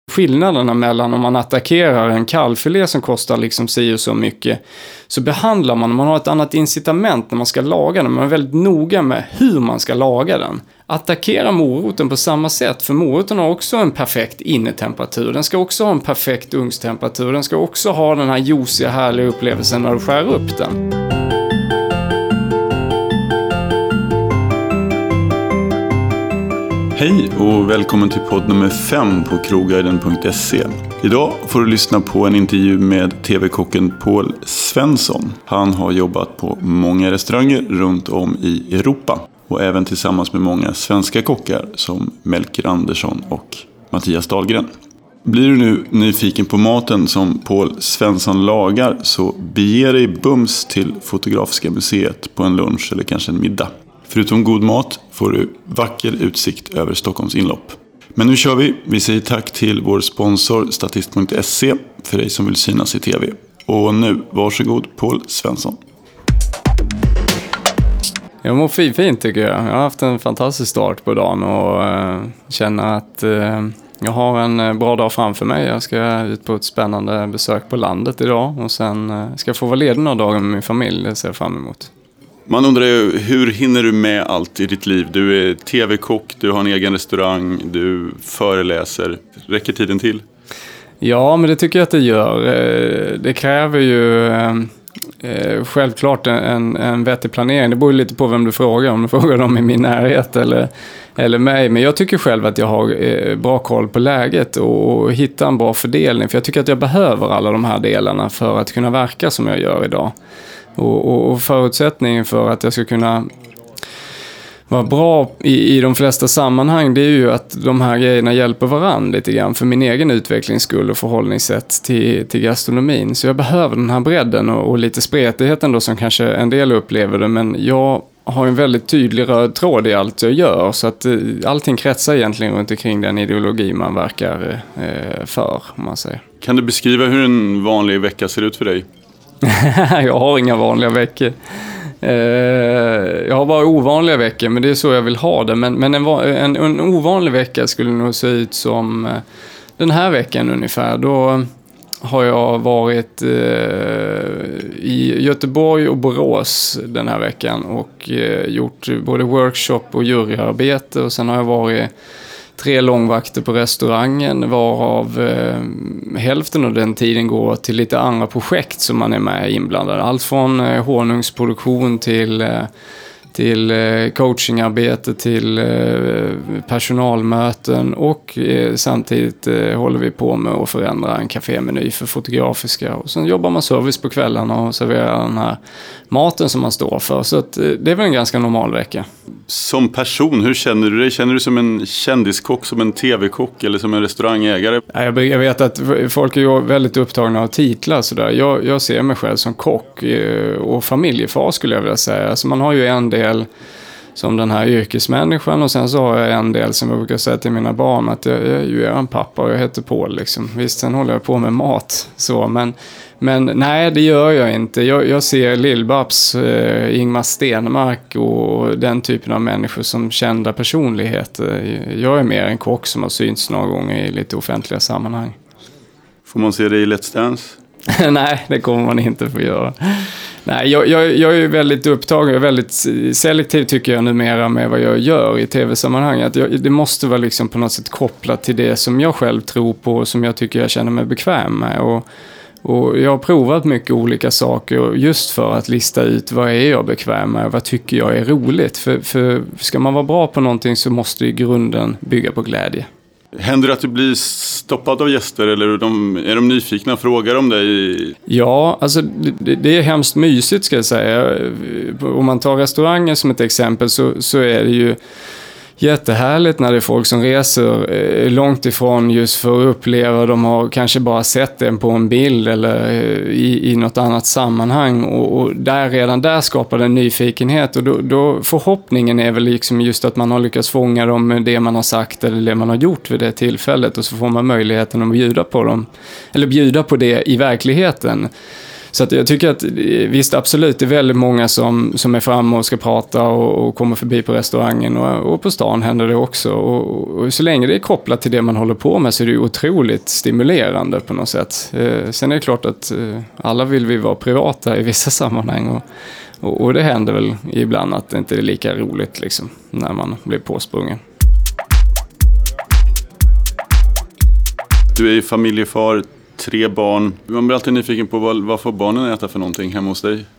skillnaderna mellan om man attackerar en kalvfilé som kostar liksom si och så mycket, så behandlar man har ett annat incitament när man ska laga den. Man är väldigt noga med hur man ska laga den. Attackera moroten på samma sätt, för moroten har också en perfekt innetemperatur. Den ska också ha en perfekt ugnstemperatur. Den ska också ha den här juiciga, härliga upplevelsen när du skär upp den. Hej och välkommen till podd nummer 5 på krogguiden.se. Idag får du lyssna på en intervju med tv-kocken Paul Svensson. Han har jobbat på många restauranger runt om i Europa och även tillsammans med många svenska kockar som Melker Andersson och Mattias Dahlgren. Blir du nu nyfiken på maten som Paul Svensson lagar, så bege dig bums till Fotografiska museet på en lunch eller kanske en middag. Förutom god mat får du vacker utsikt över Stockholms inlopp. Men nu kör vi. Vi säger tack till vår sponsor Statist.se för dig som vill synas i tv. Och nu, varsågod Paul Svensson. Jag mår fint tycker jag. Jag har haft en fantastisk start på dagen och känner att jag har en bra dag framför mig. Jag ska ut på ett spännande besök på landet idag och sen ska jag få vara ledig några dagar med min familj. Det ser jag fram emot. Man undrar ju, hur hinner du med allt i ditt liv? Du är tv-kock, du har en egen restaurang, du föreläser. Räcker tiden till? Ja, men det tycker jag att det gör. Det kräver ju självklart en vettig planering. Det beror lite på vem du frågar. Om du frågar dem i min närhet eller mig. Men jag tycker själv att jag har bra koll på läget och hitta en bra fördelning. För jag tycker att jag behöver alla de här delarna för att kunna verka som jag gör idag. Och förutsättningen för att jag ska kunna vara bra i de flesta sammanhang, det är ju att de här grejerna hjälper varandra lite grann för min egen utvecklings skull och förhållningssätt till gastronomin. Så jag behöver den här bredden och lite spretigheten då som kanske en del upplever det, men jag har en väldigt tydlig röd tråd i allt jag gör, så att allting kretsar egentligen runt omkring den ideologi man verkar för, om man säger. Kan du beskriva hur en vanlig vecka ser ut för dig? Jag har inga vanliga veckor. Jag har bara ovanliga veckor, men det är så jag vill ha det. Men en ovanlig vecka skulle nog se ut som den här veckan ungefär. Då har jag varit i Göteborg och Borås den här veckan och gjort både workshop och juryarbete. Och sen har jag varit 3 långvakter på restaurangen, varav hälften av den tiden går till lite andra projekt som man är med inblandad. Allt från honungsproduktion till coachingarbete, till personalmöten och samtidigt håller vi på med att förändra en kafémeny för fotografiska. Och sen jobbar man service på kvällarna och serverar den här maten som man står för. Så att, det är väl en ganska normal vecka. Som person, hur känner du dig? Känner du som en kändiskock, som en tv-kock eller som en restaurangägare? Jag vet att folk är ju väldigt upptagna av titlar. Sådär. Jag ser mig själv som kock och familjefar skulle jag vilja säga. Alltså man har ju en del som den här yrkesmänniskan och sen så har jag en del som jag brukar säga till mina barn att jag är ju en pappa och jag heter Paul liksom. Visst, sen håller jag på med mat så, men nej, det gör jag inte. Jag ser Lill-Babs, Ingmar Stenmark och den typen av människor som kända personligheter. Jag är mer en kock som har synts några gånger i lite offentliga sammanhang. Får man se det i Let's Dance? Nej, det kommer man inte få göra. Nej, jag är ju väldigt upptagen, jag är väldigt selektiv tycker jag numera med vad jag gör i tv-sammanhang. Att det måste vara liksom på något sätt kopplat till det som jag själv tror på och som jag tycker jag känner mig bekväm med. Och jag har provat mycket olika saker just för att lista ut vad är jag bekväm med och vad tycker jag är roligt. För ska man vara bra på någonting så måste i grunden bygga på glädje. Händer det att du blir stoppad av gäster eller är de nyfikna och frågar om dig? Ja, alltså det är hemskt mysigt ska jag säga. Om man tar restaurangen som ett exempel så är det ju jättehärligt när det är folk som reser långt ifrån just för att uppleva. De har kanske bara sett den på en bild eller i något annat sammanhang och redan där skapar det en nyfikenhet och då förhoppningen är väl liksom just att man har lyckats fånga dem med det man har sagt eller det man har gjort vid det tillfället och så får man möjligheten att bjuda på dem eller bjuda på det i verkligheten. Så att jag tycker att visst absolut, det är väldigt många som är framme och ska prata och kommer förbi på restaurangen och på stan händer det också. Och så länge det är kopplat till det man håller på med så är det ju otroligt stimulerande på något sätt. Sen är det klart att alla vill vi vara privata i vissa sammanhang och det händer väl ibland att det inte är lika roligt liksom, när man blir påsprungen. Du är ju familjefar, 3 barn. Man blir alltid nyfiken på vad får barnen äta för någonting hemma hos dig?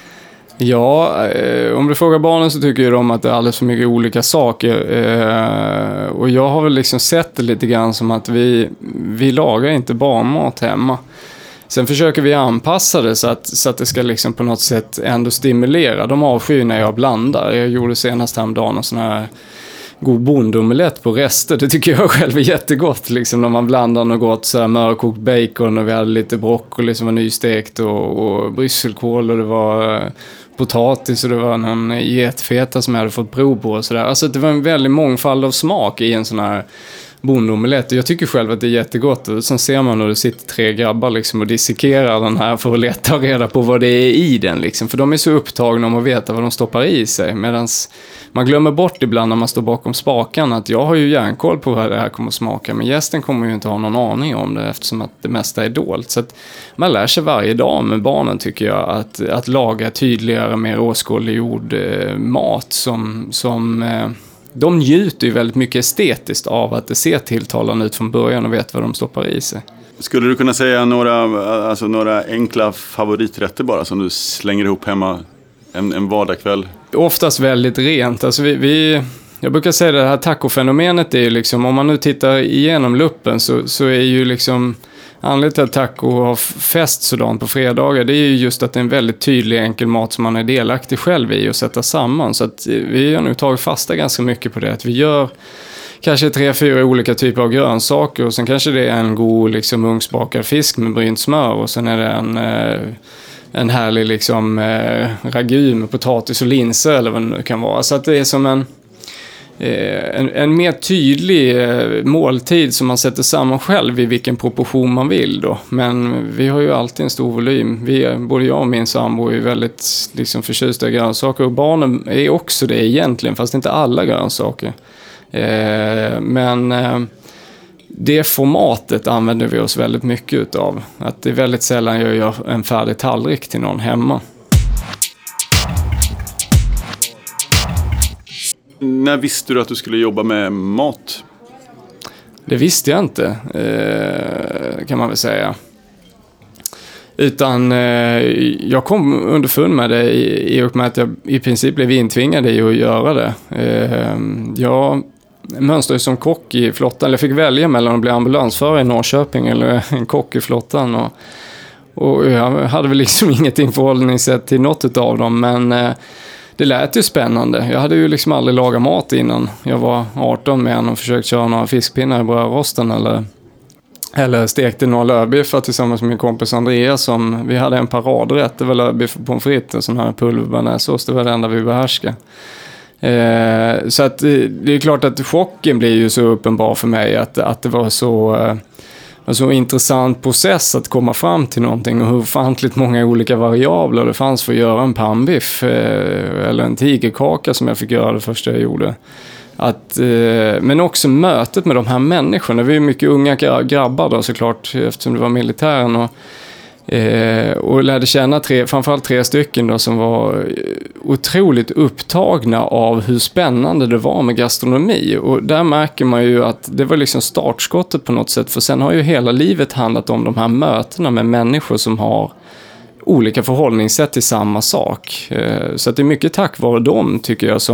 Ja, om du frågar barnen så tycker de att det är alldeles för mycket olika saker. Och jag har väl liksom sett det lite grann som att vi lagar inte barnmat hemma. Sen försöker vi anpassa det så att det ska liksom på något sätt ändå stimulera. De avskyr när jag blandar. Jag gjorde senast häromdagen en sån här god bondomelett på rester. Det tycker jag själv är jättegott. Liksom när man blandar något gott så här mörkokt bacon och vi hade lite broccoli som var nystekt och brysselkål och det var potatis och det var någon getfeta som jag hade fått prov på och sådär. Alltså det var en väldigt mångfald av smak i en sån här bondomelett. Jag tycker själv att det är jättegott. Och sen ser man när det sitter 3 grabbar liksom och dissekerar den här för att leta reda på vad det är i den. Liksom. För de är så upptagna om att veta vad de stoppar i sig. Medan man glömmer bort ibland när man står bakom spakarna att jag har ju järnkoll på vad det här kommer att smaka. Men gästen kommer ju inte ha någon aning om det eftersom att det mesta är dolt. Så att man lär sig varje dag med barnen tycker jag att laga tydligare, mer åskådliggjord mat som de njuter ju väldigt mycket estetiskt av att det ser tilltalande ut från början och vet vad de stoppar i sig. Skulle du kunna säga några enkla favoriträtter bara som du slänger ihop hemma en vardagskväll? Oftast väldigt rent. Alltså jag brukar säga det här tacofenomenet är ju liksom, om man nu tittar igenom luppen så är ju liksom anledningen till att taco har fest sådant på fredagar, det är ju just att det är en väldigt tydlig enkel mat som man är delaktig själv i och sätta samman. Så att vi har nu tagit fasta ganska mycket på det. Att vi gör kanske 3-4 olika typer av grönsaker och sen kanske det är en god liksom ugnsbakad fisk med brynt smör och sen är det en härlig liksom ragu med potatis och linser eller vad det nu kan vara. Så att det är som en mer tydlig måltid som man sätter samman själv i vilken proportion man vill då. Men vi har ju alltid en stor volym. Både jag och min sambo är väldigt liksom förtjusta i grönsaker och barnen är också det egentligen, fast inte alla grönsaker. Men det formatet använder vi oss väldigt mycket utav. Att det är väldigt sällan jag gör en färdig tallrik till någon hemma. När visste du att du skulle jobba med mat? Det visste jag inte, kan man väl säga. Utan jag kom underfund med det i och med att jag i princip blev intvingad i att göra det. Jag mönstrade som kock i flottan. Jag fick välja mellan att bli ambulansförare i Norrköping eller en kock i flottan. Och jag hade väl liksom inget förhållningssätt till något av dem, men det lät ju spännande. Jag hade ju liksom aldrig lagat mat innan jag var 18 med och försökt köra några fiskpinnar i brödrosten eller stekte några lövbiffar tillsammans med min kompis Andreas. Vi hade en paradrätt, det var lövbiff på pommes frites och sån här pulverbearnaisesås. Det var det enda vi behärskade. Så att det är klart att chocken blir ju så uppenbar för mig att det var så intressant process att komma fram till någonting och hur ofantligt många olika variabler det fanns för att göra en pannbiff eller en tigerkaka som jag fick göra det första jag gjorde. Men också mötet med de här människorna. Vi är mycket unga grabbar då såklart eftersom det var militären och lärde känna framförallt 3 stycken då, som var otroligt upptagna av hur spännande det var med gastronomi. Och där märker man ju att det var liksom startskottet på något sätt. För sen har ju hela livet handlat om de här mötena med människor som har olika förhållningssätt till samma sak. Så att det är mycket tack vare dem tycker jag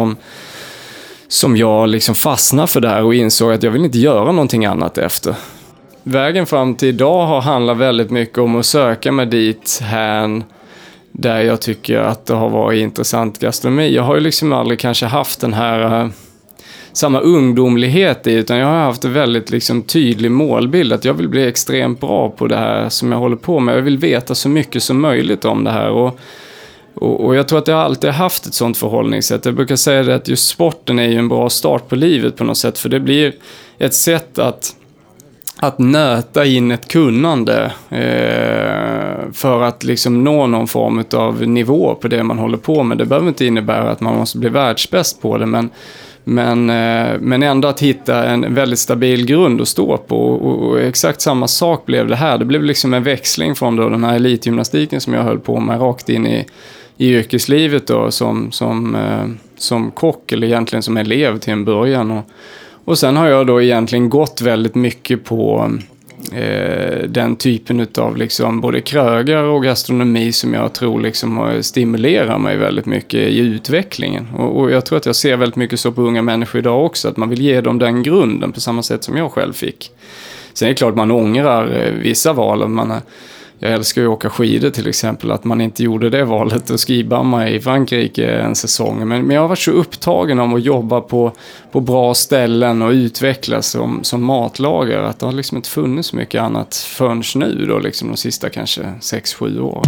som jag liksom fastnade för det här och insåg att jag vill inte göra någonting annat efter. Vägen fram till idag har handlat väldigt mycket om att söka mig dit här där jag tycker att det har varit intressant gastronomi. Jag har ju liksom aldrig kanske haft den här samma ungdomlighet i, utan jag har haft en väldigt liksom tydlig målbild att jag vill bli extremt bra på det här som jag håller på med. Jag vill veta så mycket som möjligt om det här och jag tror att jag alltid haft ett sånt förhållningssätt. Jag brukar säga det att just sporten är ju en bra start på livet på något sätt, för det blir ett sätt att nöta in ett kunnande för att liksom nå någon form av nivå på det man håller på med. Det behöver inte innebära att man måste bli världsbäst på det, men ändå att hitta en väldigt stabil grund att stå på. Och exakt samma sak blev det här. Det blev liksom en växling från då den här elitgymnastiken som jag höll på med rakt in i yrkeslivet då, som kock, eller egentligen som elev till en början. Och sen har jag då egentligen gått väldigt mycket på den typen av liksom både krögar och gastronomi som jag tror liksom stimulerar mig väldigt mycket i utvecklingen. Och jag tror att jag ser väldigt mycket så på unga människor idag också, att man vill ge dem den grunden på samma sätt som jag själv fick. Sen är det klart man ångrar vissa val. Jag älskar ju att åka skidor till exempel, att man inte gjorde det valet och skibamma i Frankrike en säsong. Men jag har varit så upptagen om att jobba på bra ställen och utvecklas som matlagare, att det har liksom inte funnits så mycket annat förrän nu då, liksom de sista kanske 6-7 åren.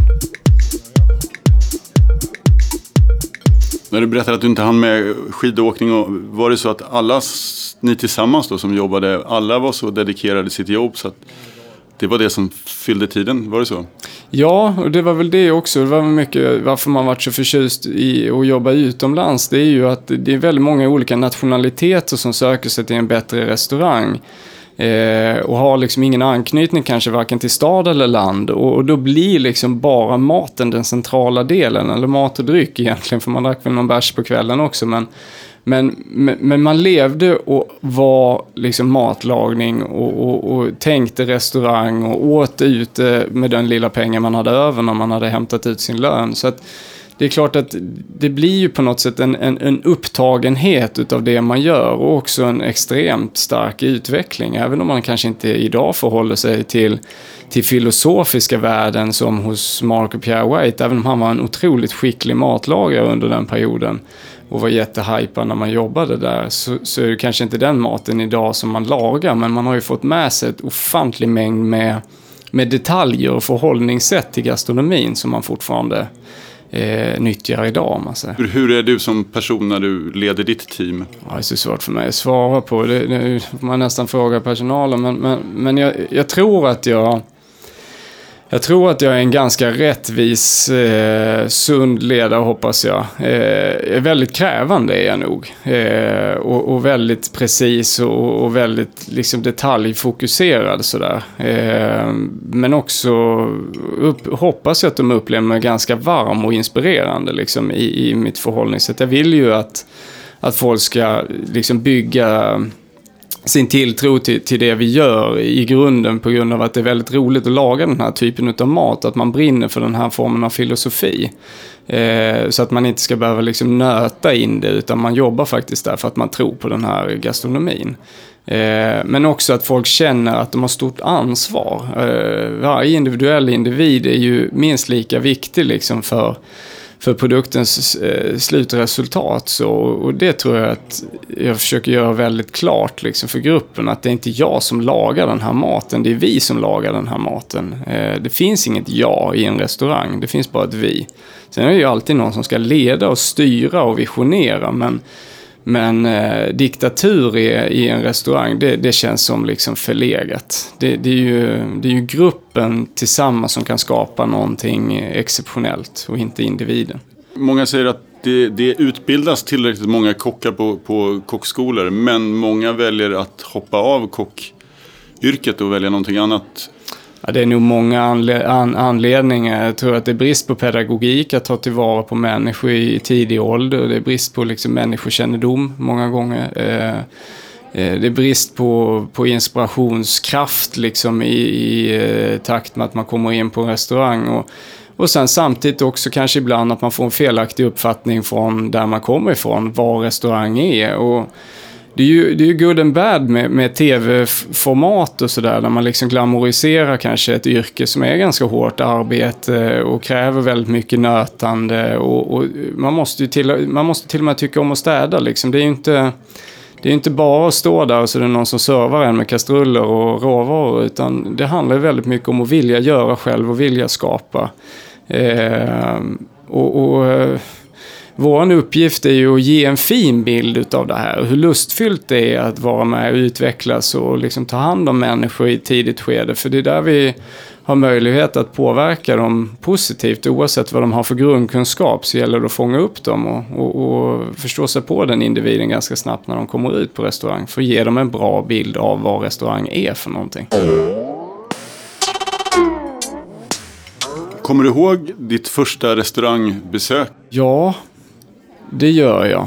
När du berättade att du inte hann med skidåkning, och var det så att ni tillsammans då som jobbade, alla var så dedikerade sitt jobb så att det var det som fyllde tiden, var det så? Ja, och det var väl det också. Det var mycket varför man varit så förtjust i att jobba utomlands. Det är ju att det är väldigt många olika nationaliteter som söker sig till en bättre restaurang. Och har liksom ingen anknytning kanske varken till stad eller land. Och då blir liksom bara maten den centrala delen. Eller mat och dryck egentligen, för man drack väl någon bärs på kvällen också. Men man levde och var liksom matlagning och tänkte restaurang och åt ute med den lilla pengen man hade över när man hade hämtat ut sin lön. Så att det är klart att det blir ju på något sätt en upptagenhet utav det man gör, och också en extremt stark utveckling. Även om man kanske inte idag förhåller sig till filosofiska värden som hos Mark och Pierre White, även om han var en otroligt skicklig matlagare under den perioden och var jättehypad när man jobbade där, så är det kanske inte den maten idag som man lagar, men man har ju fått med sig ett ofantlig mängd med detaljer och förhållningssätt till gastronomin som man fortfarande nyttjar idag, om man säger. Hur är du som person när du leder ditt team? Ja, det är så svårt för mig att svara på. Det man nästan frågar personalen, men jag tror att jag är en ganska rättvis, sund ledare, hoppas jag. Är väldigt krävande är jag nog. Och väldigt precis och väldigt liksom detaljfokuserad sådär. Men också hoppas jag att de upplever mig ganska varm och inspirerande liksom, i mitt förhållningssätt. Jag vill ju att folk ska liksom bygga sin tilltro till det vi gör i grunden, på grund av att det är väldigt roligt att laga den här typen av mat, att man brinner för den här formen av filosofi. Så att man inte ska behöva liksom nöta in det, utan man jobbar faktiskt där för att man tror på den här gastronomin. Men också att folk känner att de har stort ansvar. Varje individuell individ är ju minst lika viktig liksom för produktens slutresultat. Och det tror jag att jag försöker göra väldigt klart liksom för gruppen, att det är inte jag som lagar den här maten, det är vi som lagar den här maten. Det finns inget jag i en restaurang, det finns bara ett vi. Sen är det ju alltid någon som ska leda och styra och visionera, men diktatur i en restaurang, det känns som liksom förlegat. Det är ju gruppen tillsammans som kan skapa någonting exceptionellt och inte individen. Många säger att det utbildas tillräckligt många kockar på kockskolor, men många väljer att hoppa av kockyrket och välja någonting annat. Ja, det är nog många anledningar. Jag tror att det är brist på pedagogik, att ta tillvara på människor i tidig ålder. Det är brist på liksom människokännedom många gånger. Det är brist på inspirationskraft liksom i takt med att man kommer in på en restaurang. Och sen samtidigt också kanske ibland att man får en felaktig uppfattning från där man kommer ifrån, vad restaurang är. Och det är ju good and bad med tv-format och sådär, där man liksom glamoriserar kanske ett yrke som är ganska hårt arbete och kräver väldigt mycket nötande, och man måste till och med tycka om att städa liksom. Det är inte bara att stå där och så är det någon som servar en med kastruller och råvaror, utan det handlar ju väldigt mycket om att vilja göra själv och vilja skapa. vår uppgift är ju att ge en fin bild utav det här. Hur lustfyllt det är att vara med och utvecklas och liksom ta hand om människor i ett tidigt skede. För det är där vi har möjlighet att påverka dem positivt. Oavsett vad de har för grundkunskap så gäller det att fånga upp dem och förstå sig på den individen ganska snabbt när de kommer ut på restaurang. För att ge dem en bra bild av vad restaurang är för någonting. Kommer du ihåg ditt första restaurangbesök? Ja, det gör jag.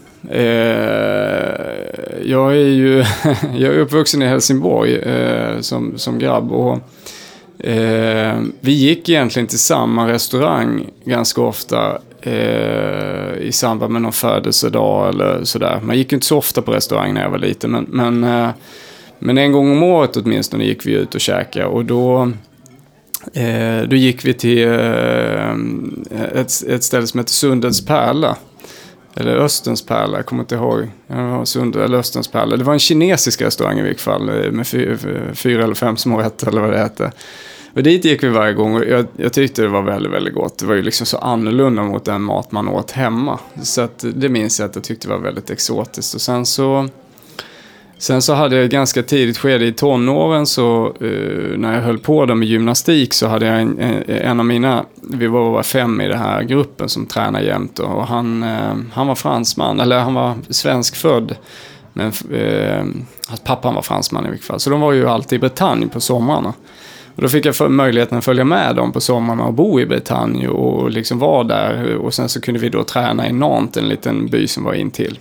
Jag är ju jag är uppvuxen i Helsingborg som grabb och vi gick egentligen till samma restaurang ganska ofta i samband med någon födelsedag eller sådär. Man gick inte så ofta på restaurang när jag var liten men en gång om året åtminstone gick vi ut och käkade och då gick vi till ett ställe som heter Sundens Pärla. Eller Österns Pärla, jag kommer inte ihåg. Eller Österns Pärla. Det var en kinesisk restaurang i vilket fall. Med 4 eller 5 små rätter eller vad det heter. Och dit gick vi varje gång och jag tyckte det var väldigt, väldigt gott. Det var ju liksom så annorlunda mot den mat man åt hemma. Så att det minns jag att jag tyckte var väldigt exotiskt. Och sen så hade jag ganska tidigt skede i tonåren så när jag höll på med gymnastik så hade jag en av mina, vi var 5 i den här gruppen som tränade jämt och han var fransman, eller han var svenskfödd men hans pappa var fransman i vilket fall. Så de var ju alltid i Bretagne på sommarna. Och då fick jag möjligheten att följa med dem på sommarna och bo i Bretagne och liksom vara där och sen så kunde vi då träna i Nantes, en liten by som var intill.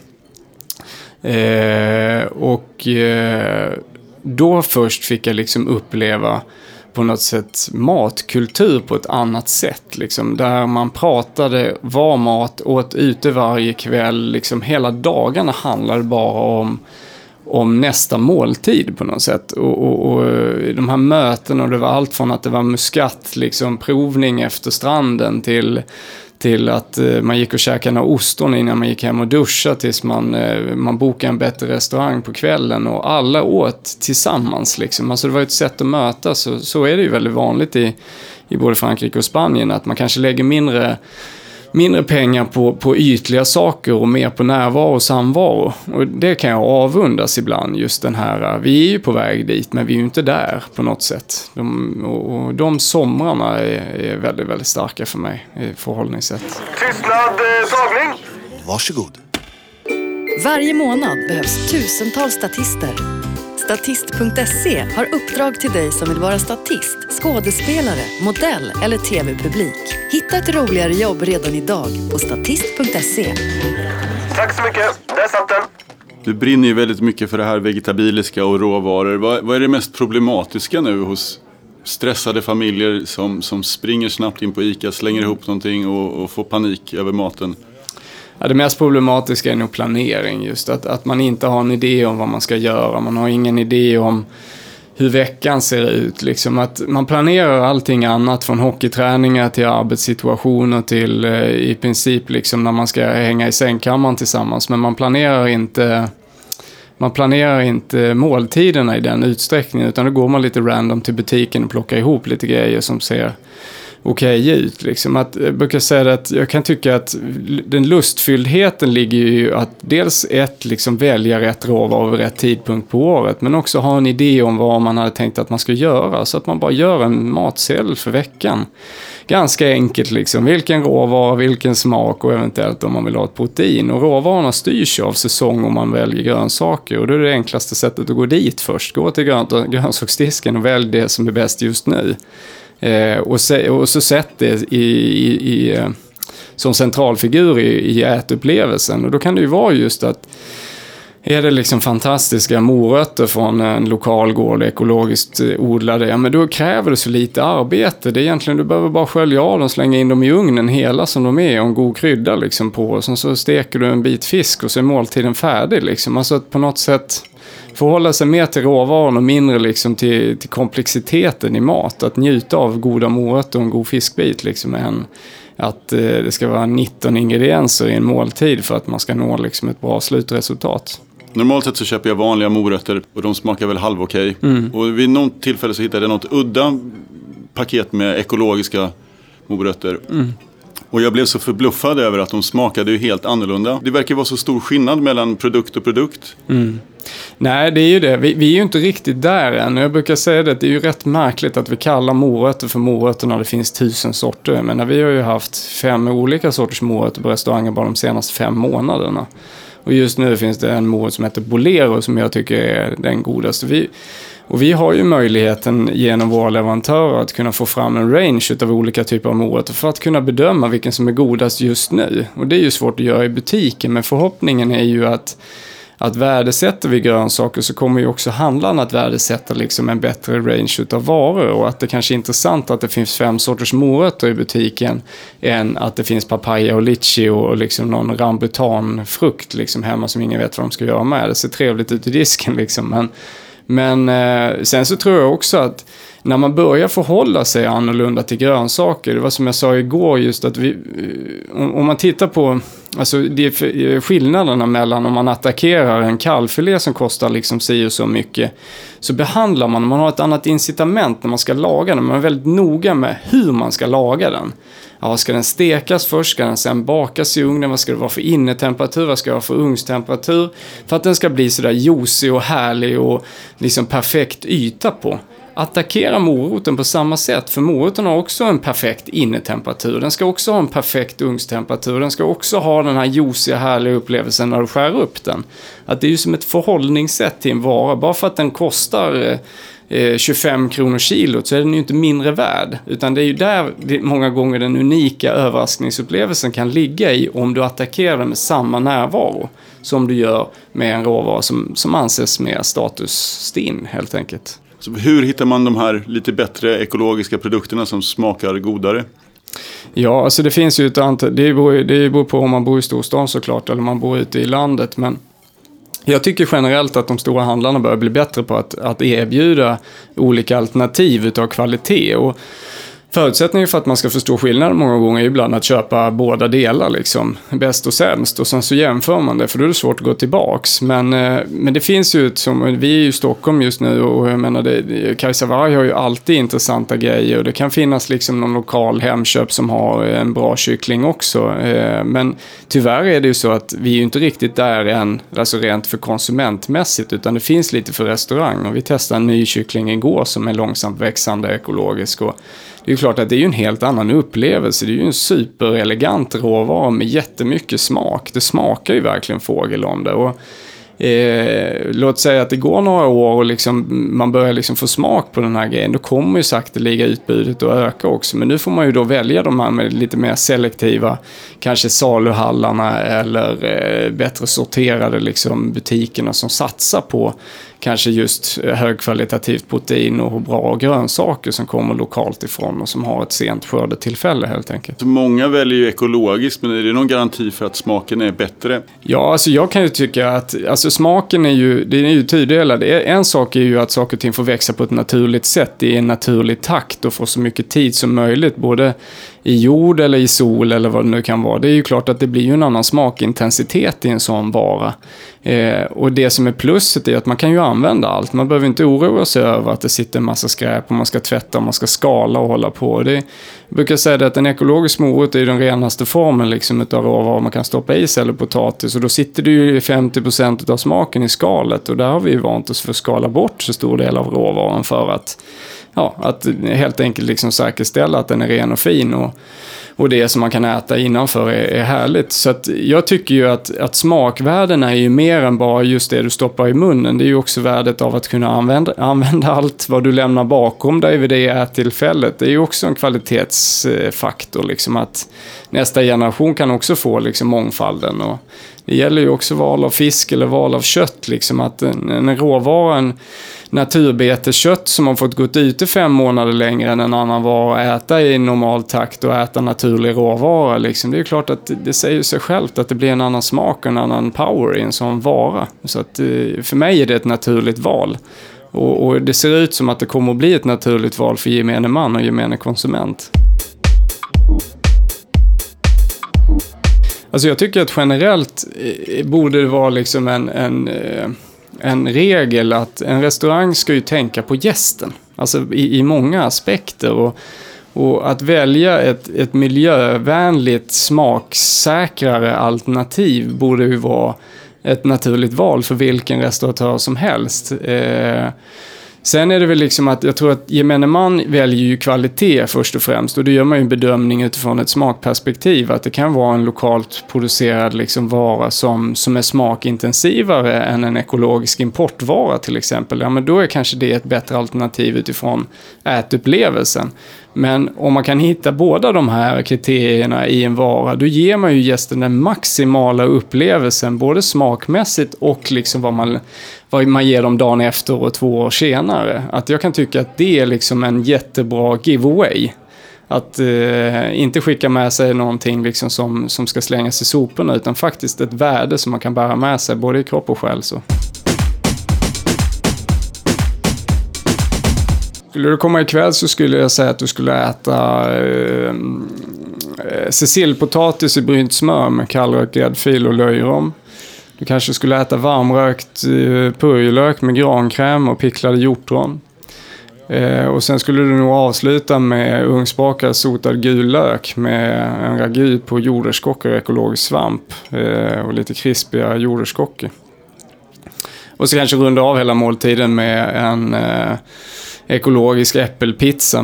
Då först fick jag liksom uppleva på något sätt matkultur på ett annat sätt liksom, där man pratade var mat åt ute varje kväll liksom, hela dagarna handlade bara om nästa måltid på något sätt och de här mötena och det var allt från att det var muskat liksom provning efter stranden till att man gick och käkade några ostron innan man gick hem och duschade tills man bokade en bättre restaurang på kvällen och alla åt tillsammans liksom. Alltså det var ett sätt att mötas så är det ju väldigt vanligt i både Frankrike och Spanien att man kanske lägger mindre pengar på ytliga saker och mer på närvaro och samvaro. Och det kan jag avundas ibland, just den här, vi är ju på väg dit men vi är ju inte där på något sätt. De somrarna är väldigt, väldigt starka för mig i förhållningssätt. Tystnad, tagning! Varsågod. Varje månad behövs tusentals statister. Statist.se har uppdrag till dig som vill vara statist, skådespelare, modell eller tv-publik. Hitta ett roligare jobb redan idag på statist.se. Tack så mycket, där satt den. Du brinner ju väldigt mycket för det här vegetabiliska och råvaror. Vad är det mest problematiska nu hos stressade familjer som springer snabbt in på ICA, slänger ihop någonting och får panik över maten? Ja, det mest problematiska är nog planering, just att man inte har en idé om vad man ska göra. Man har ingen idé om hur veckan ser ut. Liksom att man planerar allting annat från hockeyträningar till arbetssituationer till i princip liksom när man ska hänga i sängkammaren tillsammans. Men man planerar inte måltiderna i den utsträckningen utan då går man lite random till butiken och plockar ihop lite grejer som ser okej ut. Liksom. Jag brukar säga att jag kan tycka att den lustfyllheten ligger ju att dels liksom välja rätt råvaror vid rätt tidpunkt på året men också ha en idé om vad man hade tänkt att man ska göra så att man bara gör en matsedel för veckan. Ganska enkelt liksom. Vilken råvara, vilken smak och eventuellt om man vill ha ett protein. Och råvarorna styrs av säsong om man väljer grönsaker och då är det enklaste sättet att gå dit först. Gå till grönsaksdisken och välj det som är bäst just nu. Och så sätt det som centralfigur i ätupplevelsen. Och då kan det ju vara just att är det liksom fantastiska morötter från en lokal gård ekologiskt odlade, ja men då kräver det så lite arbete. Det är egentligen, du behöver bara skölja av dem, slänga in dem i ugnen hela som de är och en god krydda liksom på. Och sen så steker du en bit fisk och så är måltiden färdig liksom. Alltså att på något sätt förhålla sig mer till råvaran och mindre liksom till komplexiteten i mat. Att njuta av goda morötter och en god fiskbit liksom än att det ska vara 19 ingredienser i en måltid för att man ska nå liksom ett bra slutresultat. Normalt sett så köper jag vanliga morötter och de smakar väl halvokej. Och vid något tillfälle så hittade jag något udda paket med ekologiska morötter. Och jag blev så förbluffad över att de smakade ju helt annorlunda. Det verkar vara så stor skillnad mellan produkt och produkt. Nej, det är ju det. Vi är ju inte riktigt där än. Jag brukar säga det är ju rätt märkligt att vi kallar morötter för morötter när det finns 1000 sorter. Men vi har ju haft 5 olika sorters morötter på restauranger bara de senaste 5 månaderna. Och just nu finns det en morot som heter Bolero som jag tycker är den godaste. Och vi har ju möjligheten genom våra leverantörer att kunna få fram en range av olika typer av morötter för att kunna bedöma vilken som är godast just nu. Och det är ju svårt att göra i butiken, men förhoppningen är ju att värdesätter vi grönsaker så kommer ju också handlarna att värdesätta liksom en bättre range utav varor, och att det kanske är intressant att det finns 5 sorters morötter i butiken än att det finns papaya och litchi och liksom någon rambutanfrukt liksom hemma som ingen vet vad de ska göra med. Det ser trevligt ut i disken liksom, men sen så tror jag också att när man börjar förhålla sig annorlunda till grönsaker, det var som jag sa igår just att om man tittar på alltså skillnaderna mellan om man attackerar en kalvfilé som kostar liksom si och så mycket, så behandlar man har ett annat incitament när man ska laga den. Man är väldigt noga med hur man ska laga den. Ja, ska den stekas först? Ska den sen bakas i ugnen? Vad ska det vara för innetemperatur? Vad ska det vara för ugnstemperatur? För att den ska bli sådär juicy och härlig och liksom perfekt yta på. Attackera moroten på samma sätt, för moroten har också en perfekt innetemperatur. Den ska också ha en perfekt ugnstemperatur. Den ska också ha den här juiciga, härliga upplevelsen när du skär upp den. Att det är ju som ett förhållningssätt till en vara. Bara för att den kostar 25 kronor kilot så är den ju inte mindre värd, utan det är ju där många gånger den unika överraskningsupplevelsen kan ligga i om du attackerar den med samma närvaro som du gör med en råvara som anses mer statusstinn helt enkelt. Så hur hittar man de här lite bättre ekologiska produkterna som smakar godare? Ja, alltså det finns ju ett antal, det beror på om man bor i storstan såklart eller om man bor ute i landet, men jag tycker generellt att de stora handlarna börjar bli bättre på att erbjuda olika alternativ utav kvalitet, och förutsättningen för att man ska förstå skillnaden många gånger är ibland att köpa båda delar liksom, bäst och sämst, och sen så jämför man det, för då är det svårt att gå tillbaks. Men det finns ju, som vi är ju i Stockholm just nu, och jag menar Kajsa Warg har ju alltid intressanta grejer, och det kan finnas liksom någon lokal Hemköp som har en bra kyckling också, men tyvärr är det ju så att vi är ju inte riktigt där än, alltså rent för konsumentmässigt, utan det finns lite för restaurang, och vi testade en ny kyckling igår som är långsamt växande ekologisk, och det är ju klart att det är ju en helt annan upplevelse. Det är ju en superelegant råvara med jättemycket smak. Det smakar ju verkligen fågel om det. Och låt säga att det går några år och liksom, man börjar liksom få smak på den här grejen. Då kommer ju sakteliga utbudet att öka också. Men nu får man ju då välja de här med lite mer selektiva, kanske saluhallarna eller bättre sorterade liksom butikerna som satsar på kanske just högkvalitativt protein och bra grönsaker som kommer lokalt ifrån och som har ett sent skördetillfälle helt enkelt. Så många väljer ju ekologiskt, men är det någon garanti för att smaken är bättre? Ja, alltså jag kan ju tycka att alltså smaken är ju tydligare. En sak är ju att saker och ting får växa på ett naturligt sätt i en naturlig takt och få så mycket tid som möjligt, både i jord eller i sol eller vad det nu kan vara. Det är ju klart att det blir ju en annan smakintensitet i en sån vara. Och det som är plusset är att man kan ju använda allt. Man behöver inte oroa sig över att det sitter en massa skräp och man ska tvätta och man ska skala och hålla på. Jag brukar säga att en ekologisk morot är den renaste formen liksom utav råvaror man kan stoppa i sig eller potatis. Och då sitter det ju 50% av smaken i skalet, och där har vi ju vant oss för att skala bort så stor del av råvaran för att helt enkelt liksom säkerställa att den är ren och fin, och det som man kan äta innanför är härligt. Så att jag tycker ju att smakvärdena är ju mer än bara just det du stoppar i munnen. Det är ju också värdet av att kunna använda allt vad du lämnar bakom dig vid det ättillfället. Det är ju också en kvalitetsfaktor liksom, att nästa generation kan också få liksom mångfalden, och det gäller ju också val av fisk eller val av kött liksom, att en råvara, en naturbeteskött som har fått gått ute 5 månader längre än en annan vara, äta i normal takt och äta naturlig råvara liksom. Det är ju klart att det säger sig självt att det blir en annan smak och en annan power i en sån vara. Så att för mig är det ett naturligt val. Och det ser ut som att det kommer att bli ett naturligt val för gemene man och gemene konsument. Alltså jag tycker att generellt borde det vara liksom en regel att en restaurang ska ju tänka på gästen. Alltså i många aspekter, Och att välja ett miljövänligt, smaksäkrare alternativ borde ju vara ett naturligt val för vilken restauratör som helst. Sen är det väl liksom att jag tror att gemene man väljer ju kvalitet först och främst. Och det gör man ju en bedömning utifrån ett smakperspektiv. Att det kan vara en lokalt producerad liksom vara som är smakintensivare än en ekologisk importvara till exempel. Ja, men då är kanske det ett bättre alternativ utifrån ätupplevelsen. Men om man kan hitta båda de här kriterierna i en vara, då ger man ju gästen den maximala upplevelsen, både smakmässigt och liksom vad man ger dem dagen efter och 2 år senare. Att jag kan tycka att det är liksom en jättebra giveaway. Att inte skicka med sig någonting liksom som ska slängas i soporna, utan faktiskt ett värde som man kan bära med sig både i kropp och själ. Så. Skulle du komma ikväll så skulle jag säga att du skulle äta cecilpotatis i brynt smör med kallrökt gräddfil och löjrom. Du kanske skulle äta varmrökt purjolök med grankräm och picklade hjortron. Och sen skulle du nog avsluta med ugnsbakad sotad gul lök med en ragu på jordärtskockor och ekologisk svamp och lite krispiga jordärtskockor. Och så kanske runda av hela måltiden med en ekologisk äppelpizza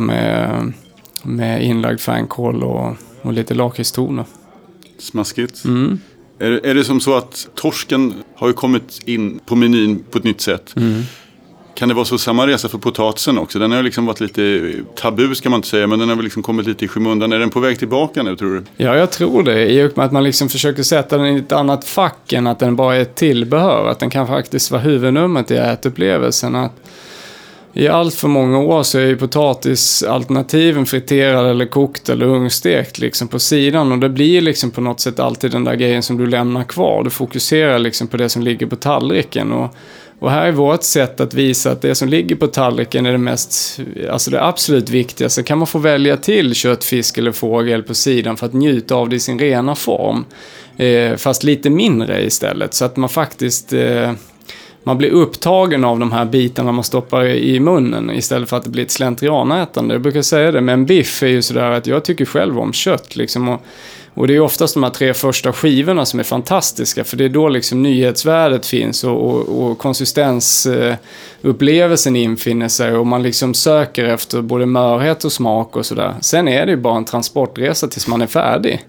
med inlagd fänkål och lite lakritstoner. Smaskigt. Mm. Är det som så att torsken har ju kommit in på menyn på ett nytt sätt? Mm. Kan det vara så samma resa för potatisen också? Den har liksom varit lite tabu ska man inte säga, men den har väl liksom kommit lite i skymundan. Är den på väg tillbaka nu, tror du? Ja, jag tror det. I och med att man liksom försöker sätta den i ett annat fack än att den bara är ett tillbehör. Att den kan faktiskt vara huvudnumret i ätupplevelsen. Att i allt för många år så är ju potatisalternativen friterad eller kokt eller ugnsstekt liksom på sidan. Och det blir liksom på något sätt alltid den där grejen som du lämnar kvar. Du fokuserar liksom på det som ligger på tallriken. Och här är vårt sätt att visa att det som ligger på tallriken är det absolut viktigaste. Kan man få välja till kött, fisk eller fågel på sidan för att njuta av det i sin rena form. Fast lite mindre istället. Så att man faktiskt man blir upptagen av de här bitarna man stoppar i munnen istället för att det blir ett slentrianätande. Jag brukar säga det, men en biff är ju sådär att jag tycker själv om kött liksom. Och det är oftast de här 3 första skivorna som är fantastiska, för det är då liksom nyhetsvärdet finns och konsistensupplevelsen infinner sig och man liksom söker efter både mörhet och smak och sådär. Sen är det ju bara en transportresa tills man är färdig.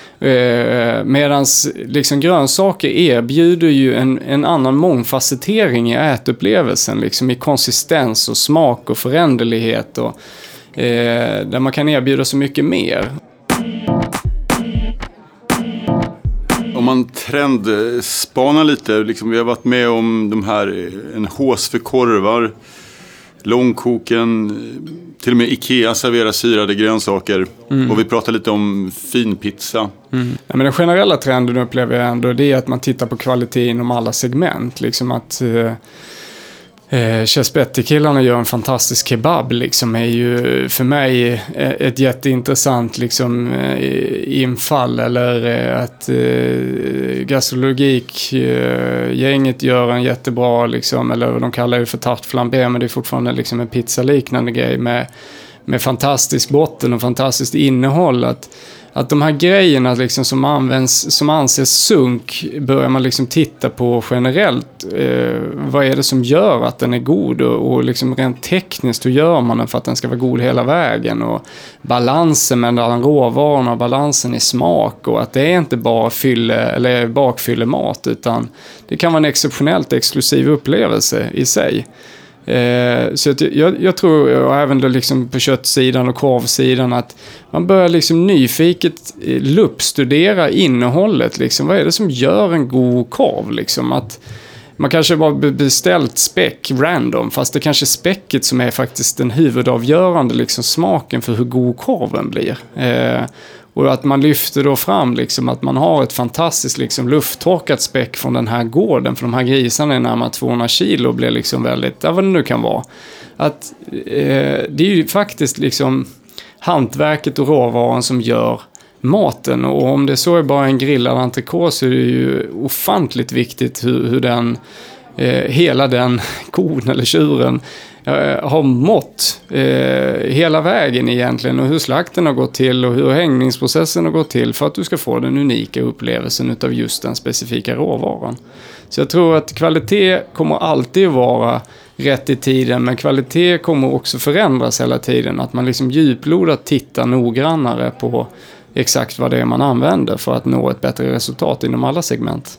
Medans liksom grönsaker erbjuder ju en annan mångfacettering i ätupplevelsen, liksom i konsistens och smak och föränderlighet och där man kan erbjuda så mycket mer. Om man trendspanar lite, liksom, vi har varit med om de här, en hås för korvar, långkoken, till och med Ikea serverar syrade grönsaker. Och vi pratar lite om finpizza. Ja, men den generella trenden upplever jag ändå, det är att man tittar på kvalitet inom alla segment. Liksom att Chespetti-killarna gör en fantastisk kebab liksom, är ju för mig ett jätteintressant liksom, infall. Eller att gastrologik-gänget gör en jättebra liksom, eller de kallar det för tarte flambé, men det är fortfarande liksom en pizzaliknande grej med fantastisk botten och fantastiskt innehåll. Att de här grejerna liksom som anses sunk börjar man liksom titta på generellt. Vad är det som gör att den är god och liksom rent tekniskt, hur gör man den för att den ska vara god hela vägen, och balansen mellan råvarorna och balansen i smak, och att det är inte bara bakfyllemat utan det kan vara en exceptionellt exklusiv upplevelse i sig. Så jag tror, och även då liksom på köttsidan och korvsidan, att man börjar liksom nyfiket luppstudera innehållet liksom. Vad är det som gör en god korv liksom? Att man kanske bara beställt späck random, fast det kanske är späcket som är faktiskt den huvudavgörande liksom smaken för hur god korven blir. Och att man lyfter då fram liksom att man har ett fantastiskt liksom lufttorkat späck från den här gården, för de här grisarna är närmare 200 kilo och blir liksom väldigt, vad det nu kan vara. Att det är ju faktiskt liksom hantverket och råvaran som gör maten, och om det så är bara en grillad entrecote så är det ju ofantligt viktigt hur den hela den kon eller tjuren har mått hela vägen egentligen och hur slakten har gått till och hur hängningsprocessen har gått till för att du ska få den unika upplevelsen utav just den specifika råvaran. Så jag tror att kvalitet kommer alltid vara rätt i tiden, men kvalitet kommer också förändras hela tiden. Att man liksom djuplodat tittar noggrannare på exakt vad det är man använder för att nå ett bättre resultat inom alla segment.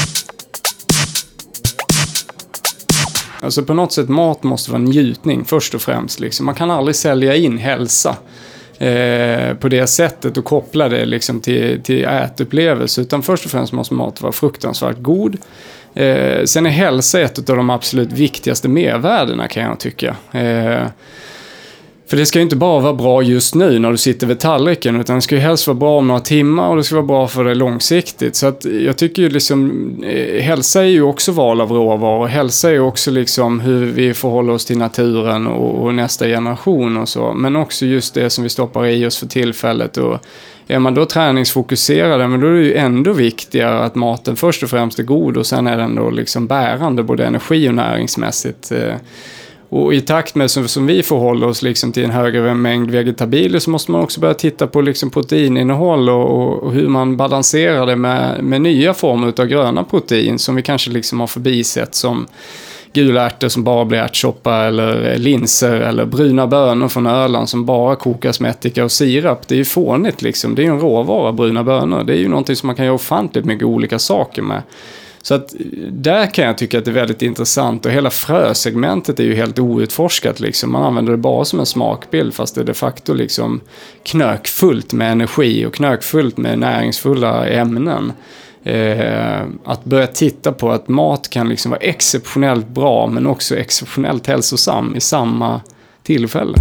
Alltså på något sätt mat måste vara en njutning först och främst. Liksom. Man kan aldrig sälja in hälsa på det sättet och koppla det liksom till ätupplevelse. Utan först och främst måste mat vara fruktansvärt god. Sen är hälsa ett av de absolut viktigaste mervärdena kan jag tycka. För det ska ju inte bara vara bra just nu när du sitter vid tallriken, utan det ska ju helst vara bra om några timmar och det ska vara bra för det långsiktigt. Så att jag tycker ju liksom, hälsa är ju också val av råvaror. Hälsa är ju också liksom hur vi förhåller oss till naturen och nästa generation och så. Men också just det som vi stoppar i oss för tillfället. Och är man då träningsfokuserad, men då är det ju ändå viktigare att maten först och främst är god och sen är den då liksom bärande både energi- och näringsmässigt. Och i takt med som vi förhåller oss liksom till en högre mängd vegetabilier så måste man också börja titta på liksom proteininnehåll och hur man balanserar det med nya former av gröna protein som vi kanske liksom har förbisett, som gula ärtor som bara blir ärtsoppa eller linser eller bruna bönor från Öland som bara kokas med ättika och sirap. Det är ju fånigt liksom. Det är ju en råvara, bruna bönor. Det är ju någonting som man kan göra ofantligt mycket olika saker med. Så att där kan jag tycka att det är väldigt intressant, och hela frösegmentet är ju helt outforskat liksom. Man använder det bara som en smakbild fast det är de facto liksom knökfullt med energi och knökfullt med näringsfulla ämnen. Att börja titta på att mat kan liksom vara exceptionellt bra men också exceptionellt hälsosam i samma tillfälle.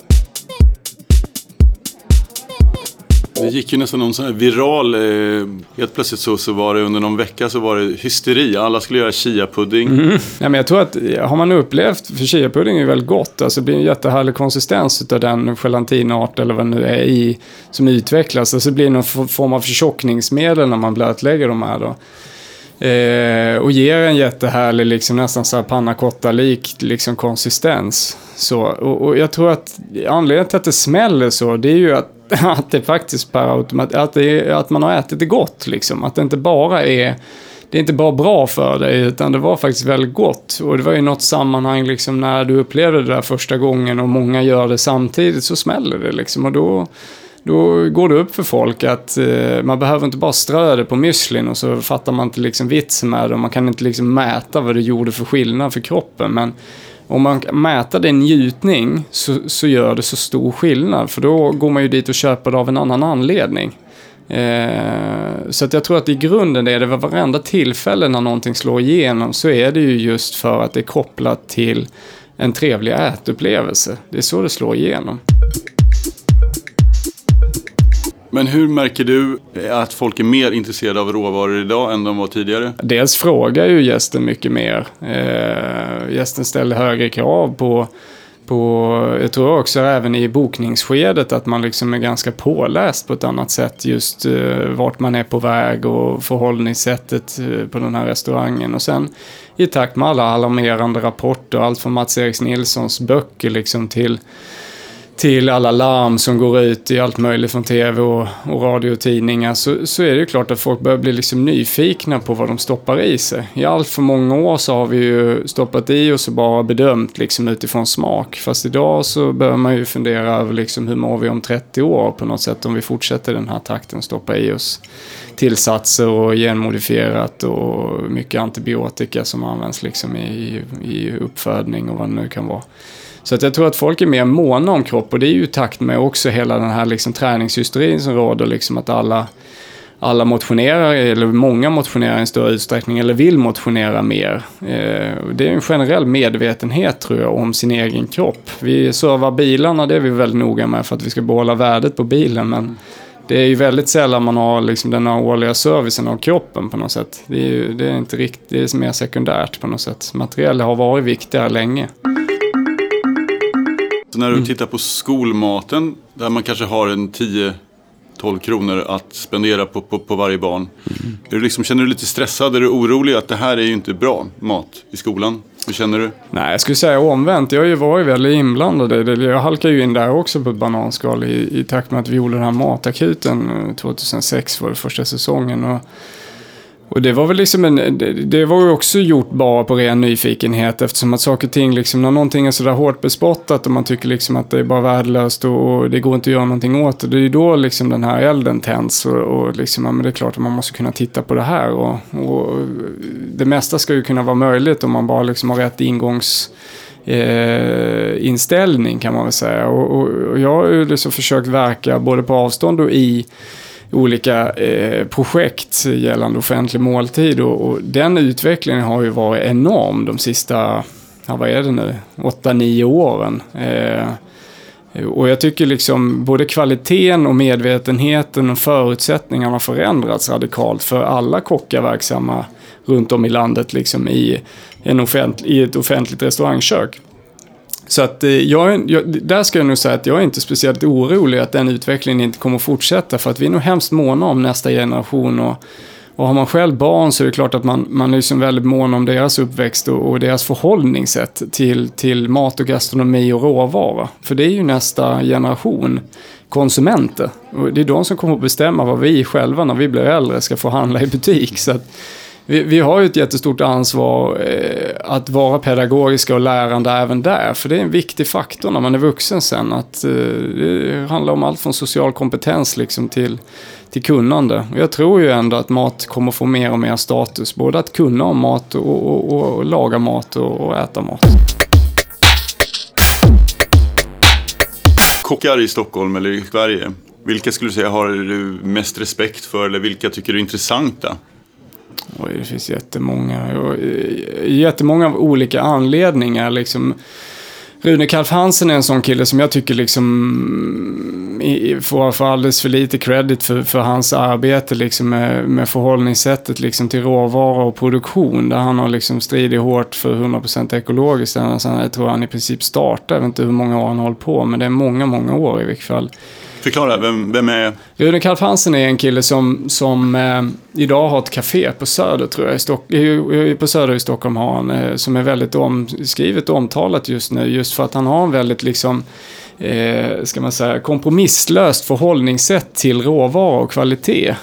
Det gick ju nästan någon sån här viral, helt plötsligt så var det under någon vecka så var det hysteri. Alla skulle göra chia-pudding. Ja, men jag tror att har man upplevt, för chia-pudding är ju väldigt gott. Alltså det blir en jättehärlig konsistens av den gelatinart eller vad det nu är i som utvecklas. Alltså det blir någon form av förtjockningsmedel när man blötlägger de här då. Och ger en jättehärlig liksom nästan så här panna cotta-lik liksom konsistens. Så, och jag tror att anledningen till att det smäller så, det är ju att det faktiskt per automat, att man har ätit det gott liksom. Att det inte bara är, det är inte bara bra för dig, utan det var faktiskt väldigt gott. Och det var ju något sammanhang liksom när du upplevde det där första gången och många gör det samtidigt, så smäller det liksom. Och då går det upp för folk att man behöver inte bara strö det på müslin och så fattar man inte liksom vitsen med det. Och man kan inte liksom mäta vad det gjorde för skillnad för kroppen. Men om man mäter det njutning så gör det så stor skillnad. För då går man ju dit och köper det av en annan anledning. Så att jag tror att i grunden är det varenda tillfälle när någonting slår igenom, så är det ju just för att det är kopplat till en trevlig ätupplevelse. Det är så det slår igenom. Men hur märker du att folk är mer intresserade av råvaror idag än de var tidigare? Dels frågar ju gästen mycket mer. Gästen ställer högre krav på jag tror också även i bokningsskedet att man liksom är ganska påläst på ett annat sätt just vart man är på väg och förhållningssättet på den här restaurangen. Och sen i takt med alla alarmerande rapporter, allt från Mats-Erik Nilssons böcker liksom till alla larm som går ut i allt möjligt från tv och radio och tidningar, så är det ju klart att folk börjar bli liksom nyfikna på vad de stoppar i sig. I allt för många år så har vi ju stoppat i oss och bara bedömt liksom utifrån smak. Fast idag så bör man ju fundera över liksom hur mår vi om 30 år på något sätt om vi fortsätter den här takten, stoppa i oss tillsatser och genmodifierat och mycket antibiotika som används liksom i uppfödning och vad det nu kan vara. Så att jag tror att folk är mer måna om kropp, och det är ju i takt med också hela den här liksom träningshysterin som råder, liksom att alla motionerar, eller många motionerar i en större utsträckning eller vill motionera mer. Det är en generell medvetenhet tror jag om sin egen kropp. Vi servar bilarna, det är vi väldigt noga med för att vi ska behålla värdet på bilen, men det är ju väldigt sällan man har liksom den här årliga servicen av kroppen på något sätt. Det är inte riktigt, det är mer sekundärt på något sätt. Material har varit viktigare länge. Så när du tittar på skolmaten, där man kanske har en 12 kronor att spendera på varje barn. Är du liksom, känner du lite stressad? Är du orolig att det här är ju inte bra mat i skolan? Hur känner du? Nej, jag skulle säga omvänt. Jag har ju varit väldigt inblandad i det. Jag halkar ju in där också på ett bananskal i takt med att vi gjorde den här matakuten 2006 var det första säsongen. Och det var väl liksom det var ju också gjort bara på ren nyfikenhet, eftersom att saker och ting liksom, när någonting är sådär hårt bespottat och man tycker liksom att det är bara värdelöst och det går inte att göra någonting åt det är ju då liksom den här elden tänds och liksom, ja, men det är klart att man måste kunna titta på det här och det mesta ska ju kunna vara möjligt om man bara liksom har rätt inställning kan man väl säga och jag har ju liksom försökt verka både på avstånd och i olika projekt gällande offentlig måltid och den utvecklingen har ju varit enorm de sista, vad är det nu, 8-9 åren. Och jag tycker liksom både kvaliteten och medvetenheten och förutsättningarna har förändrats radikalt för alla kockar verksamma runt om i landet liksom i ett offentligt restaurangkök. Så att där ska jag nog säga att jag är inte speciellt orolig att den utvecklingen inte kommer att fortsätta för att vi är nog hemskt måna om nästa generation och har man själv barn så är det klart att man är liksom väldigt mån om deras uppväxt och deras förhållningssätt till mat och gastronomi och råvara. För det är ju nästa generation konsumenter och det är de som kommer att bestämma vad vi själva när vi blir äldre ska få handla i butik så att vi har ju ett jättestort ansvar att vara pedagogiska och lärande även där. För det är en viktig faktor när man är vuxen sen. Att det handlar om allt från social kompetens liksom till kunnande. Och jag tror ju ändå att mat kommer få mer och mer status. Både att kunna om mat och laga mat och äta mat. Kockar i Stockholm eller i Sverige, vilka skulle du säga har du mest respekt för eller vilka tycker du är intressanta? Oj, det finns jättemånga olika anledningar liksom. Rune Kalf Hansen är en sån kille som jag tycker liksom får alldeles för lite credit för hans arbete liksom med förhållningssättet liksom till råvara och produktion där han har liksom stridit hårt för 100% ekologiskt. Sen jag tror han i princip startar, jag vet inte hur många år han har hållit på men det är många år i vilket fall. Förklara, vem är... Rune Kalf Hansen är en kille som idag har ett café på Söder tror jag. På Söder i Stockholm har han som är väldigt skrivet och omtalat just nu. Just för att han har en väldigt liksom, ska man säga, kompromisslöst förhållningssätt till råvara och kvalitet.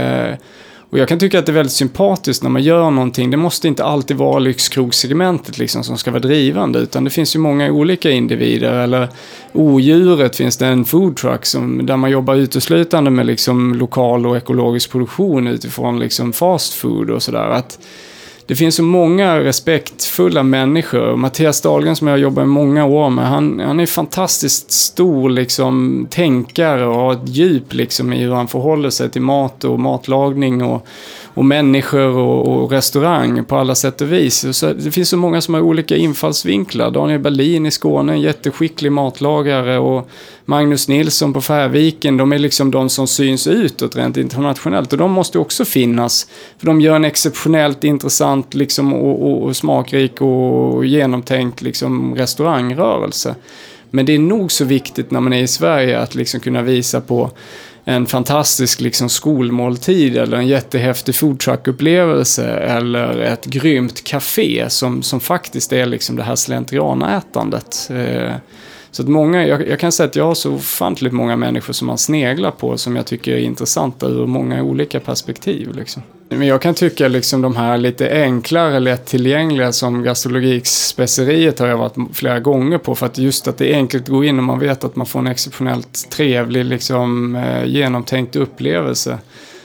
Och jag kan tycka att det är väldigt sympatiskt när man gör någonting. Det måste inte alltid vara lyxkrogsegmentet liksom som ska vara drivande. Utan det finns ju många olika individer. Eller Odjuret finns det en food truck där man jobbar uteslutande med liksom lokal och ekologisk produktion utifrån liksom fast food och sådär. Att det finns så många respektfulla människor. Mattias Dahlgren som jag jobbar i många år med, han är fantastiskt stor liksom, tänkare och har ett djup liksom, i hur han förhåller sig till mat och matlagning och människor och restaurang på alla sätt och vis. Så det finns så många som har olika infallsvinklar. Daniel Berlin i Skåne, en jätteskicklig matlagare och Magnus Nilsson på Färviken, de är liksom de som syns utåt rent internationellt och de måste också finnas för de gör en exceptionellt intressant liksom, och smakrik och genomtänkt liksom, restaurangrörelse. Men det är nog så viktigt när man är i Sverige att liksom kunna visa på en fantastisk liksom, skolmåltid eller en jättehäftig foodtruck-upplevelse eller ett grymt café som faktiskt är liksom, det här slentrianätandet. Så att jag kan säga att jag har så ofantligt många människor som man sneglar på som jag tycker är intressanta ur många olika perspektiv. Liksom. Men jag kan tycka liksom de här lite enklare, lättillgängliga som gastrologispeceriet har jag varit flera gånger på för att just att det är enkelt att gå in och man vet att man får en exceptionellt trevlig liksom, genomtänkt upplevelse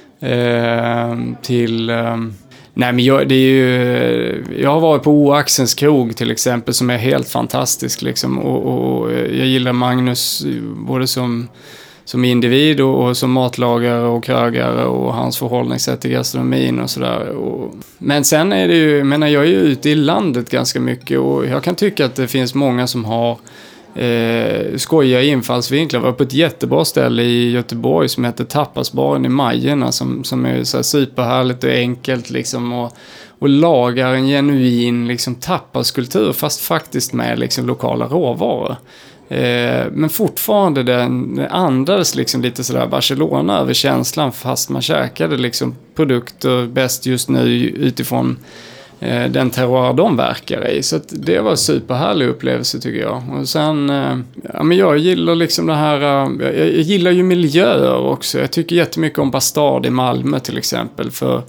Nej, men jag har varit på Oaxens krog till exempel som är helt fantastisk liksom, och jag gillar Magnus både som individ och som matlagare och krögare och hans förhållningssätt till gastronomin och sådär. Men sen är det ju, jag är ju ute i landet ganska mycket och jag kan tycka att det finns många som har skojiga infallsvinklar. Jag var på ett jättebra ställe i Göteborg som heter Tapasbaren i Majerna som är så här superhärligt och enkelt liksom och lagar en genuin liksom tapaskultur fast faktiskt med liksom lokala råvaror. Men fortfarande den andades liksom lite sådär Barcelona över känslan, fast man käkade liksom produkter bäst just nu utifrån den terroir de verkar i. Så att det var en superhärlig upplevelse tycker jag. Och sen, men jag gillar liksom det här, jag gillar ju miljöer också. Jag tycker jättemycket om Bastard i Malmö till exempel. För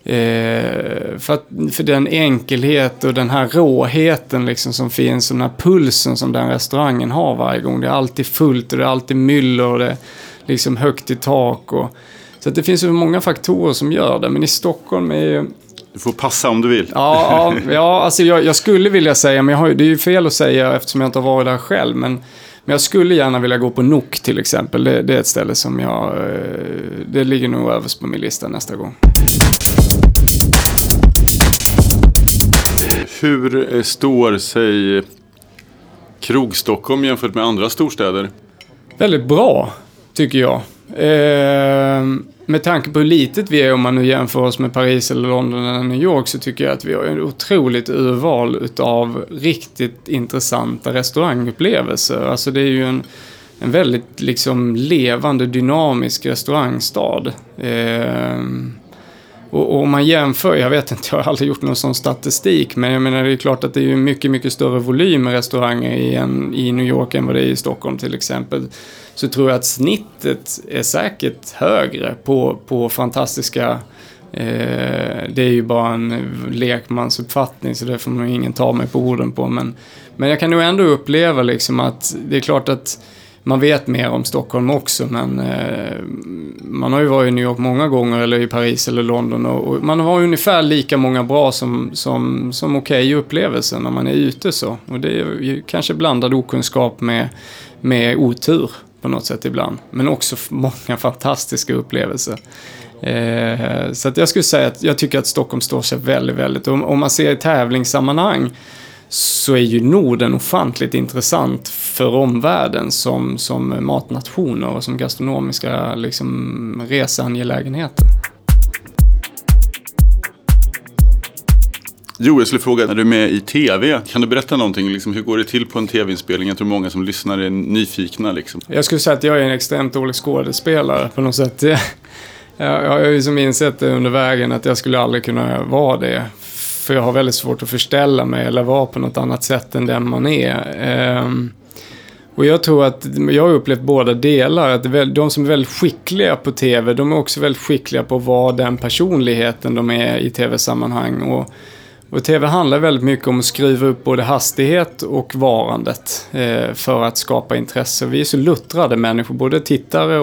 den enkelhet och den här råheten liksom som finns, och den här pulsen som den restaurangen har varje gång. Det är alltid fullt och det är alltid myller och det är liksom högt i tak. Så att det finns ju många faktorer som gör det. Men i Stockholm är ju... Du får passa om du vill. Ja, alltså jag skulle vilja säga, men det är ju fel att säga eftersom jag inte har varit där själv. Men jag skulle gärna vilja gå på Nook till exempel. Det är ett ställe som det ligger nog överst på min lista nästa gång. Hur står sig Krog Stockholm jämfört med andra storstäder? Väldigt bra, tycker jag. Med tanke på hur litet vi är, om man nu jämför oss med Paris eller London eller New York, så tycker jag att vi har en otroligt urval av riktigt intressanta restaurangupplevelser. Alltså det är ju en väldigt liksom levande, dynamisk restaurangstad. Och om man jämför, jag vet inte, jag har aldrig gjort någon sån statistik, men jag menar det är klart att det är ju mycket, mycket större volym med restauranger i New York än vad det är i Stockholm till exempel. Så tror jag att snittet är säkert högre på fantastiska, det är ju bara en lekmansuppfattning så det får man ingen ta mig på orden på, men jag kan nog ändå uppleva liksom att det är klart att man vet mer om Stockholm också, men man har ju varit i New York många gånger eller i Paris eller London och man har ungefär lika många bra som okej upplevelser när man är ute så. Och det är ju kanske blandad okunskap med otur på något sätt ibland, men också många fantastiska upplevelser. Så att jag skulle säga att jag tycker att Stockholm står sig väldigt, väldigt. Om man ser i tävlingssammanhang så är ju Norden ofantligt intressant för omvärlden som matnationer och som gastronomiska liksom, reseangelägenheter. Jo, jag skulle fråga, när du är med i tv, kan du berätta någonting? Liksom, hur går det till på en tv-inspelning? Jag tror många som lyssnar är nyfikna. Liksom. Jag skulle säga att jag är en extremt dålig skådespelare på något sätt. Jag har ju som insett under vägen att jag skulle aldrig kunna vara det. För jag har väldigt svårt att förställa mig eller vara på något annat sätt än den man är. Och jag tror att jag har upplevt båda delar. Att de som är väldigt skickliga på tv, de är också väldigt skickliga på att vara den personligheten de är i tv-sammanhang. Och tv handlar väldigt mycket om att skruva upp både hastighet och varandet för att skapa intresse. Vi är så luttrade människor, både tittare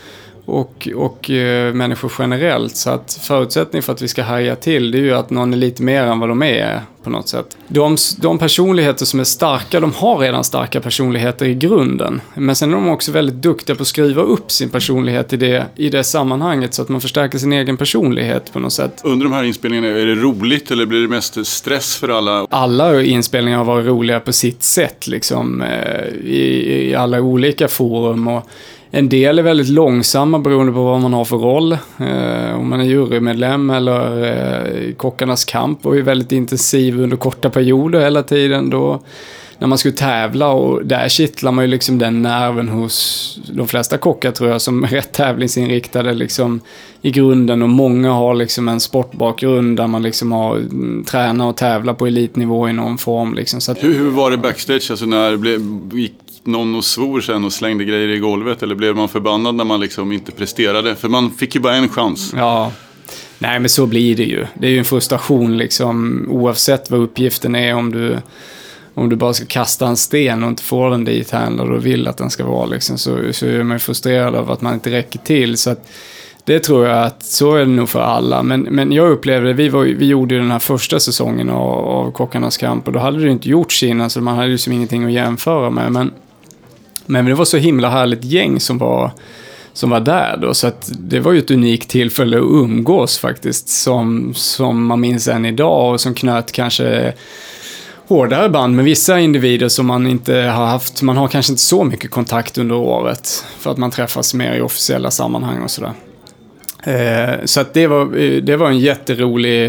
och människor generellt. Så att förutsättningen för att vi ska härja till, det är ju att någon är lite mer än vad de är på något sätt. De personligheter som är starka, de har redan starka personligheter i grunden. Men sen är de också väldigt duktiga på att skriva upp sin personlighet i det sammanhanget så att man förstärker sin egen personlighet på något sätt. Under de här inspelningarna, är det roligt eller blir det mest stress för alla? Alla inspelningar har varit roliga på sitt sätt liksom, i alla olika forum och en del är väldigt långsamma beroende på vad man har för roll. Om man är jurymedlem eller Kockarnas kamp var ju väldigt intensiv under korta perioder hela tiden. Då, när man skulle tävla och där kittlar man ju liksom den nerven hos de flesta kockar tror jag som är rätt tävlingsinriktade liksom i grunden. Och många har liksom en sportbakgrund där man liksom har tränat och tävla på elitnivå i någon form. Liksom. Så att, hur var det backstage? Alltså när gick någon och svor sen och slängde grejer i golvet eller blev man förbannad när man liksom inte presterade? För man fick ju bara en chans. Ja, nej men så blir det ju. Det är ju en frustration liksom oavsett vad uppgiften är om du bara ska kasta en sten och inte får den dit här och du vill att den ska vara liksom, så är man frustrerad av att man inte räcker till så att det tror jag att så är det nog för alla. Men jag upplevde, vi gjorde ju den här första säsongen av Kockarnas kamp och då hade det inte gjorts innan så man hade ju som ingenting att jämföra med. Men det var så himla härligt gäng som var där då. Så att det var ju ett unikt tillfälle att umgås faktiskt. Som man minns än idag och som knöt kanske hårdare band med vissa individer som man inte har haft. Man har kanske inte så mycket kontakt under året. För att man träffas mer i officiella sammanhang och sådär. Så att det var en jätterolig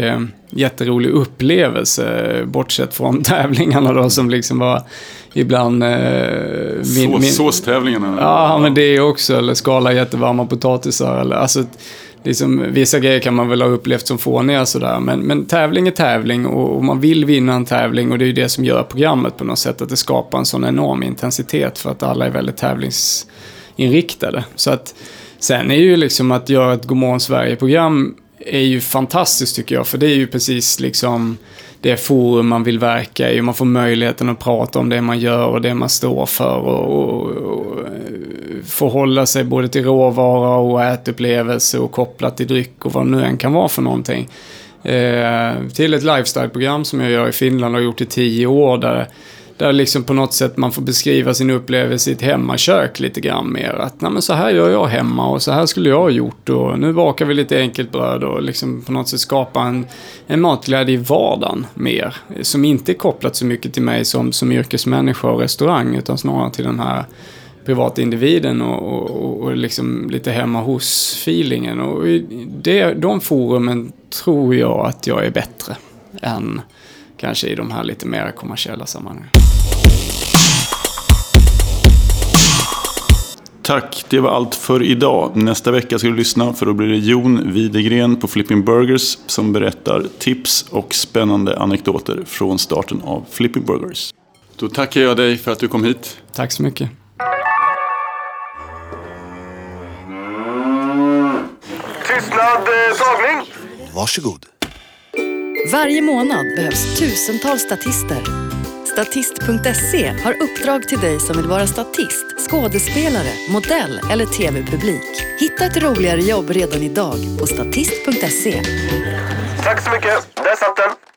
jätterolig upplevelse, bortsett från tävlingarna då, som liksom var ibland... Såstävlingarna. Ja, men det är också, eller skala jättevarma potatisar, eller alltså... Liksom, vissa grejer kan man väl ha upplevt som fåniga sådär, men tävling är tävling och man vill vinna en tävling, och det är ju det som gör programmet på något sätt, att det skapar en sån enorm intensitet för att alla är väldigt tävlingsinriktade. Så att sen är ju liksom att göra ett Godmorgon Sverige-program är ju fantastiskt tycker jag, för det är ju precis liksom det forum man vill verka i. Man får möjligheten att prata om det man gör och det man står för och förhålla sig både till råvara och ätupplevelse och kopplat till dryck och vad det nu än kan vara för någonting. Till ett lifestyle-program som jag gör i Finland och har gjort i 10 år där liksom på något sätt man får beskriva sin upplevelse i ett hemmakök lite grann mer. Att nej, men så här gör jag hemma och så här skulle jag ha gjort och nu bakar vi lite enkelt bröd och liksom på något sätt skapa en matglädje i vardagen mer. Som inte är kopplat så mycket till mig som yrkesmänniska och restaurang, utan snarare till den här privata individen och liksom lite hemma hos-feelingen. Och i de forumen tror jag att jag är bättre än kanske i de här lite mer kommersiella sammanhangen. Tack, det var allt för idag. Nästa vecka ska du lyssna, för då blir det Jon Widegren på Flipping Burgers som berättar tips och spännande anekdoter från starten av Flipping Burgers. Då tackar jag dig för att du kom hit. Tack så mycket. Tystnad, tagning. Varsågod. Varje månad behövs tusentals statister. Statist.se har uppdrag till dig som vill vara statist, skådespelare, modell eller tv-publik. Hitta ett roligare jobb redan idag på statist.se. Tack så mycket. Där satt den.